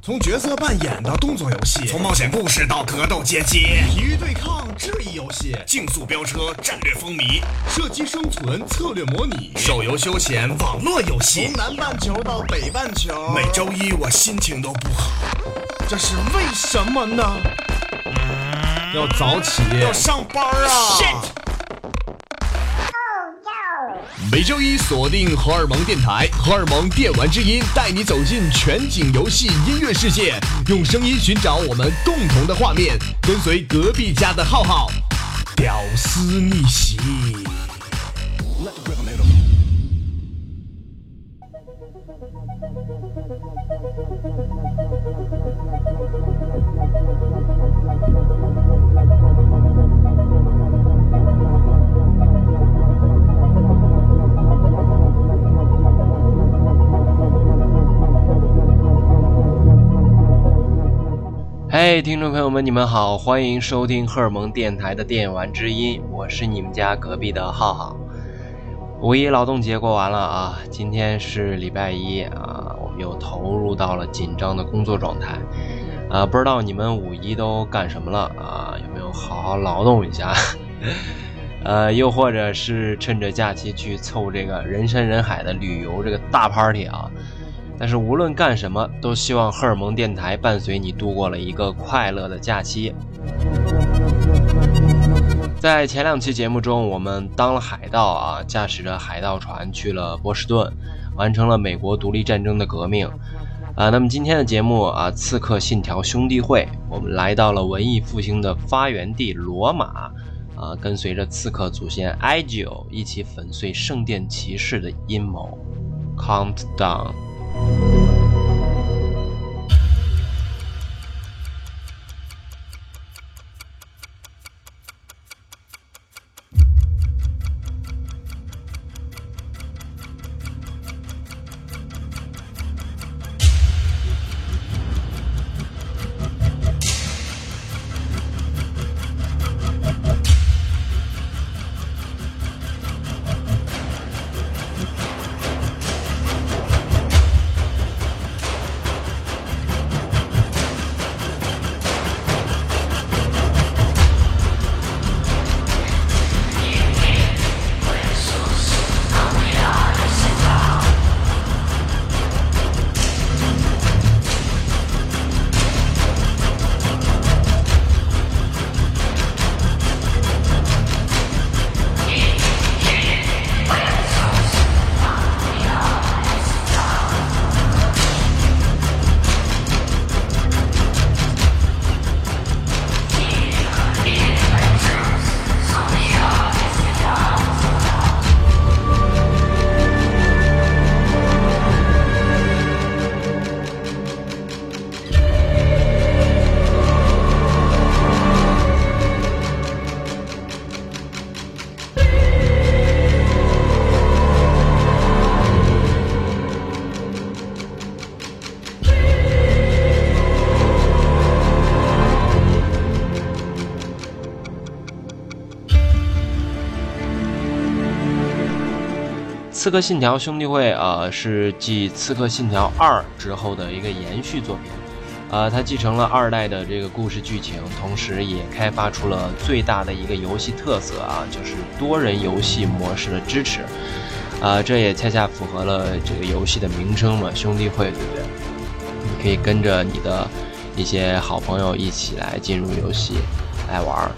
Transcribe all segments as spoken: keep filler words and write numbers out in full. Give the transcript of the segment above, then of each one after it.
从角色扮演到动作游戏， 从冒险故事到格斗街机， 体育对抗、智力游戏， 竞速飙车、战略风靡， 射击生存、策略模拟， 手游休闲、网络游戏， 从南半球到北半球。 每周一我心情都不好， 这是为什么呢？嗯、要早起， 要上班啊！ Shit! 每周一锁定荷尔蒙电台，荷尔蒙电玩之音带你走进全景游戏音乐世界，用声音寻找我们共同的画面，跟随隔壁家的浩浩屌丝逆袭。 嘿、hey, 听众朋友们你们好，欢迎收听荷尔蒙电台的电玩之音，我是你们家隔壁的浩浩。五一劳动节过完了啊，今天是礼拜一啊，我们又投入到了紧张的工作状态啊，不知道你们五一都干什么了啊？有没有好好劳动一下？呃，又或者是趁着假期去凑这个人山人海的旅游这个大 party 啊？但是无论干什么，都希望荷尔蒙电台伴随你度过了一个快乐的假期。在前两期节目中，我们当了海盗啊，驾驶着海盗船去了波士顿，完成了美国独立战争的革命啊。那么今天的节目啊，刺客信条兄弟会，我们来到了文艺复兴的发源地罗马啊，跟随着刺客祖先埃吉欧一起粉碎圣殿骑士的阴谋。Countdown。刺客信条兄弟会啊、呃，是继刺客信条二之后的一个延续作品，呃，它继承了二代的这个故事剧情，同时也开发出了最大的一个游戏特色啊，就是多人游戏模式的支持，啊、呃，这也恰恰符合了这个游戏的名称嘛，兄弟会，对不对？你可以跟着你的一些好朋友一起来进入游戏来玩。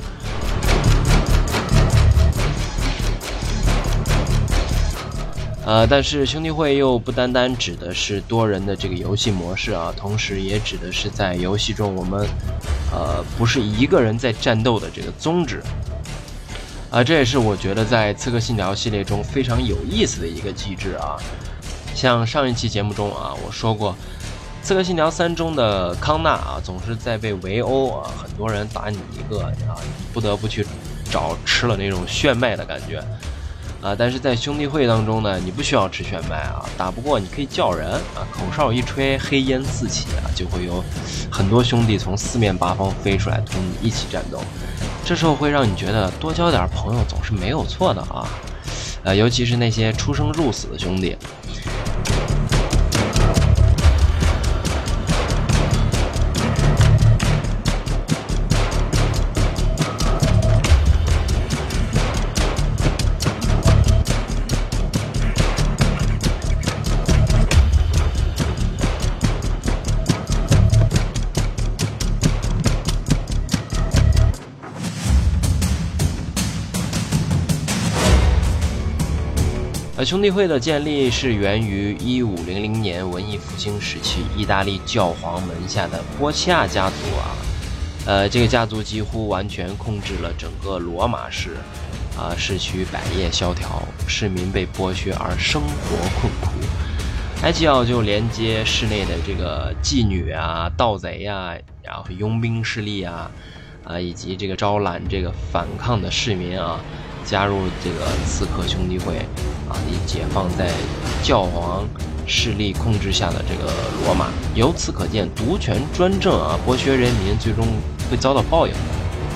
呃，但是兄弟会又不单单指的是多人的这个游戏模式啊，同时也指的是在游戏中我们呃不是一个人在战斗的这个宗旨啊、呃，这也是我觉得在刺客信条系列中非常有意思的一个机制啊。像上一期节目中啊，我说过，刺客信条三中的康纳啊，总是在被围殴啊，很多人打你一个啊，你不得不去找吃了那种炫迈的感觉。啊，但是在兄弟会当中呢，你不需要吃炫迈啊，打不过你可以叫人啊，口哨一吹，黑烟四起啊，就会有很多兄弟从四面八方飞出来同你一起战斗。这时候会让你觉得多交点朋友总是没有错的啊，呃，尤其是那些出生入死的兄弟。 兄弟会的建立是源于一五零零年文艺复兴时期意大利教皇门下的波切亚家族啊，呃，这个家族几乎完全控制了整个罗马市，啊、呃，市区百业萧条，市民被剥削而生活困苦。埃吉奥就连接市内的这个妓女啊、盗贼啊，然后佣兵势力啊，啊、呃，以及这个招揽这个反抗的市民啊，加入这个刺客兄弟会啊，以解放在教皇势力控制下的这个罗马。由此可见，独权专政啊，剥削人民，最终会遭到报应的。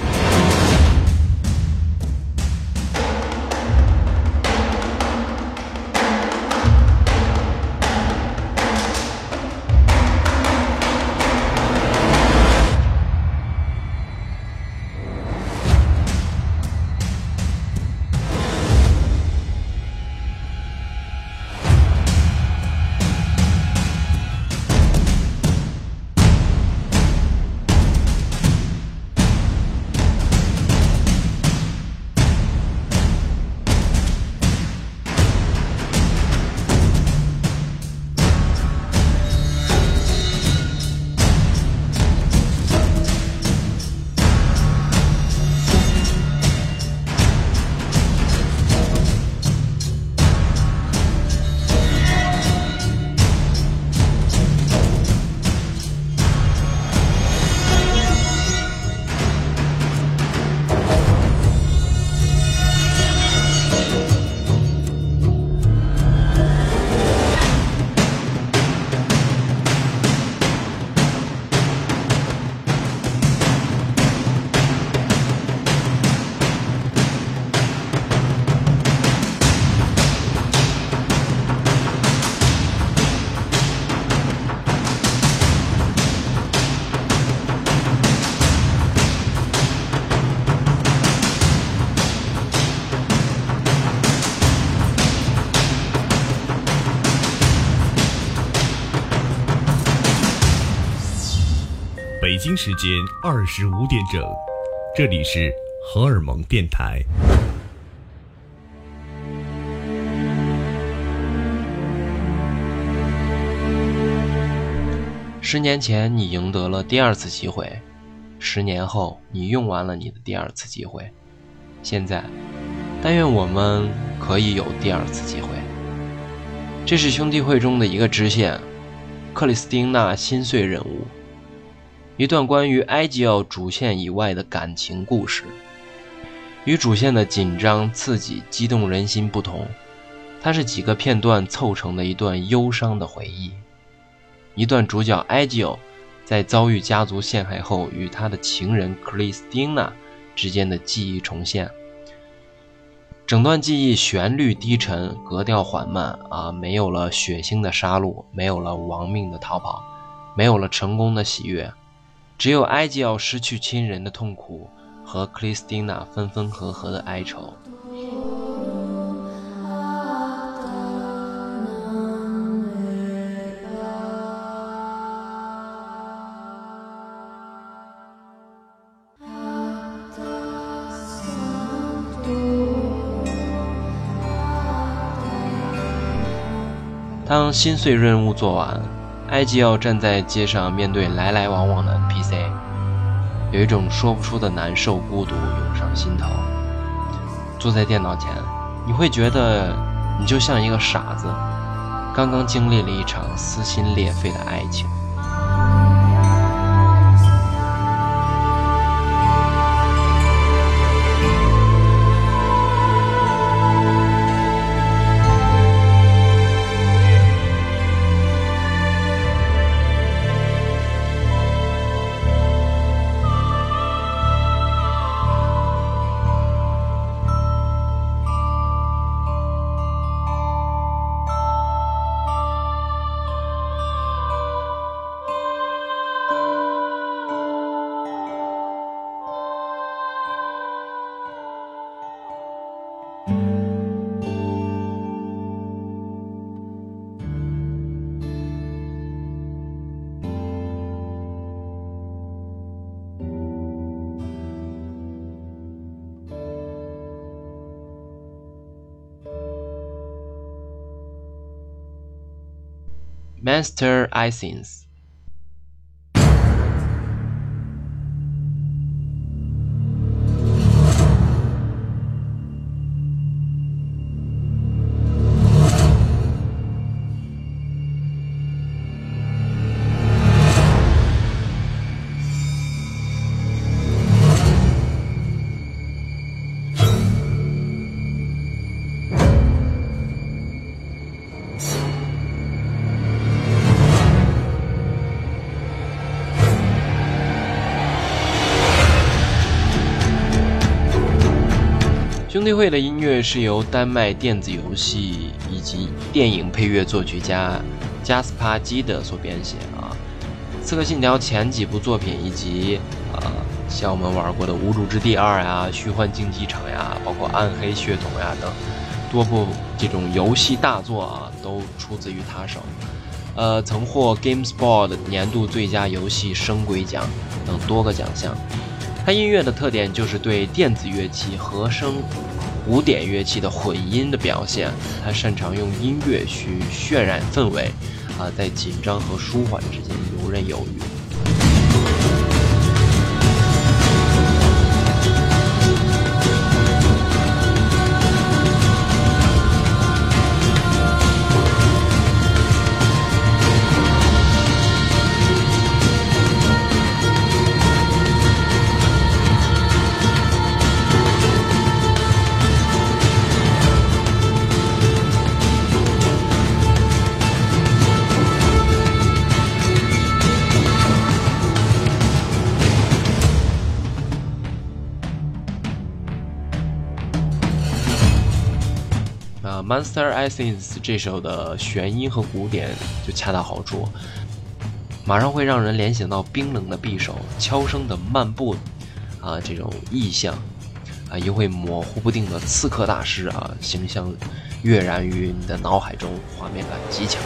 北京时间二十五点整，这里是荷尔蒙电台。 十年前你赢得了第二次机会，十年后你用完了你的第二次机会。现在，但愿我们可以有第二次机会。这是兄弟会中的一个支线，克里斯汀娜心碎任务，一段关于埃吉奥主线以外的感情故事。与主线的紧张、刺激、激动人心不同，它是几个片段凑成的一段忧伤的回忆，一段主角埃吉奥在遭遇家族陷害后与他的情人克里斯汀娜之间的记忆重现。整段记忆旋律低沉，格调缓慢啊，没有了血腥的杀戮，没有了亡命的逃跑，没有了成功的喜悦，只有埃吉奥失去亲人的痛苦和克里斯汀娜分分合合的哀愁。当心碎任务做完，埃吉奥站在街上，面对来来往往的 N P C， 有一种说不出的难受、孤独涌上心头。坐在电脑前，你会觉得你就像一个傻子，刚刚经历了一场撕心裂肺的爱情。 Monster Essence。 兄弟会的音乐是由丹麦电子游戏以及电影配乐作曲家加斯帕基德所编写啊。刺客信条前几部作品以及呃像我们玩过的无主之地二呀、虚幻竞技场呀、包括暗黑血统呀等多部这种游戏大作啊，都出自于他手。呃，曾获 GameSpot 年度最佳游戏声轨奖等多个奖项。它音乐的特点就是对电子乐器、和声、古典乐器的混音的表现，它擅长用音乐去渲染氛围，啊，在紧张和舒缓之间游刃有余。Monster Essence 这首的弦音和鼓点就恰到好处，马上会让人联想到冰冷的匕首、悄声的漫步啊这种意象啊，也会模糊不定的刺客大师啊形象跃然于你的脑海中，画面感极强。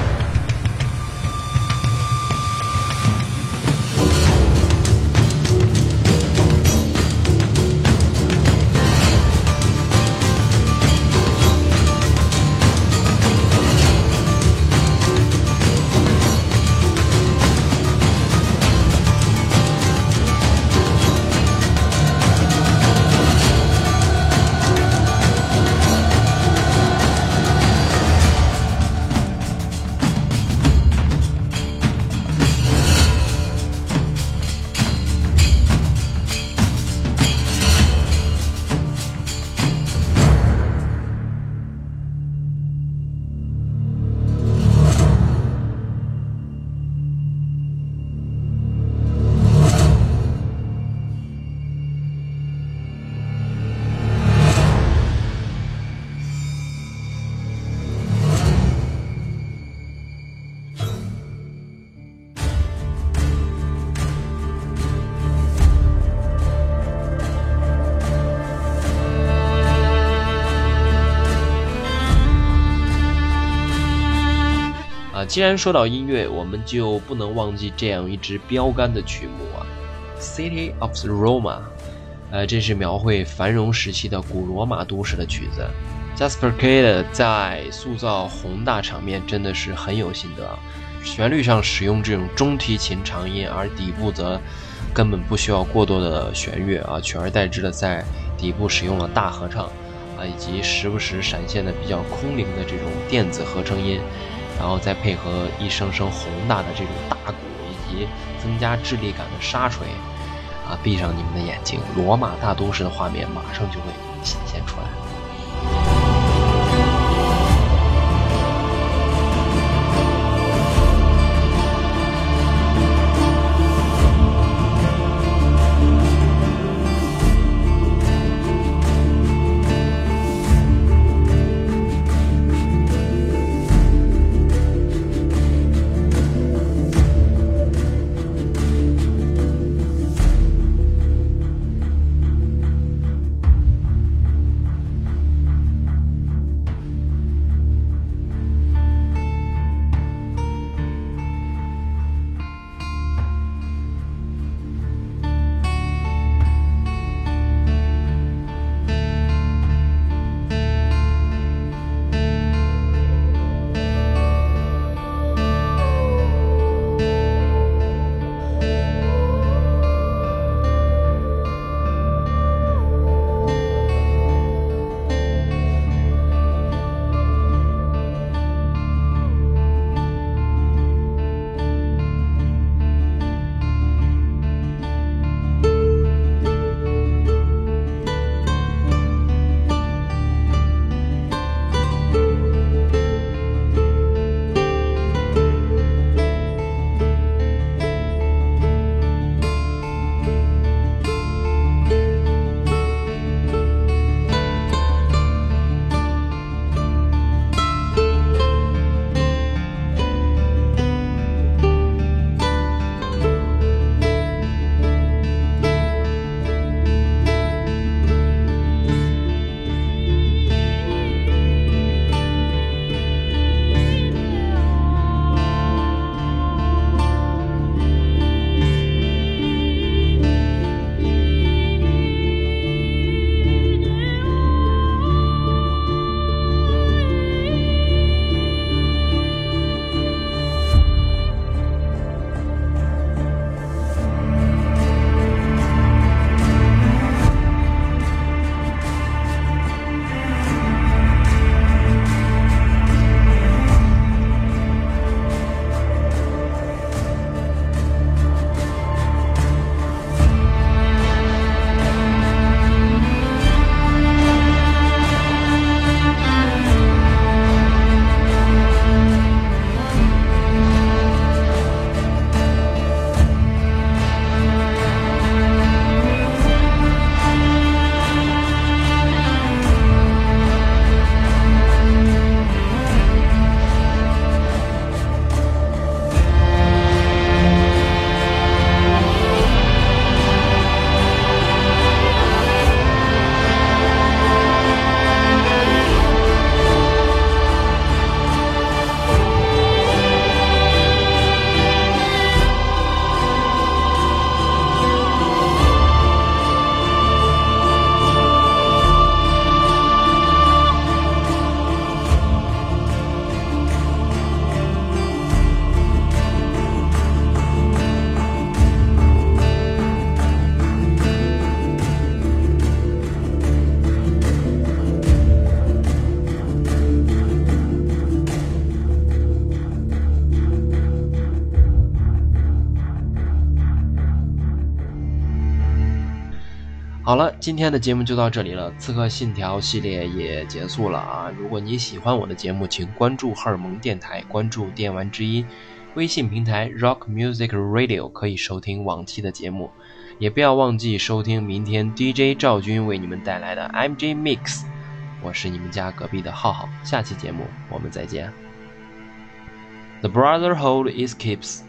既然说到音乐，我们就不能忘记这样一支标杆的曲目啊 ，City of Roma， 呃，这是描绘繁荣时期的古罗马都市的曲子。Jasper Kade 在塑造宏大场面真的是很有心得，旋律上使用这种中提琴长音，而底部则根本不需要过多的弦乐啊，取而代之的在底部使用了大合唱啊，以及时不时闪现的比较空灵的这种电子合成音。然后再配合一声声宏大的这种大鼓，以及增加智力感的沙锤，啊，闭上你们的眼睛，罗马大都市的画面马上就会显现出来。 好了，今天的节目就到这里了，刺客信条系列也结束了啊！如果你喜欢我的节目，请关注荷尔蒙电台，关注电玩之音微信平台 Rock Music Radio 可以收听往期的节目，也不要忘记收听明天 D J 赵军为你们带来的 M J Mix。我是你们家隔壁的浩浩，下期节目我们再见。The Brotherhood escapes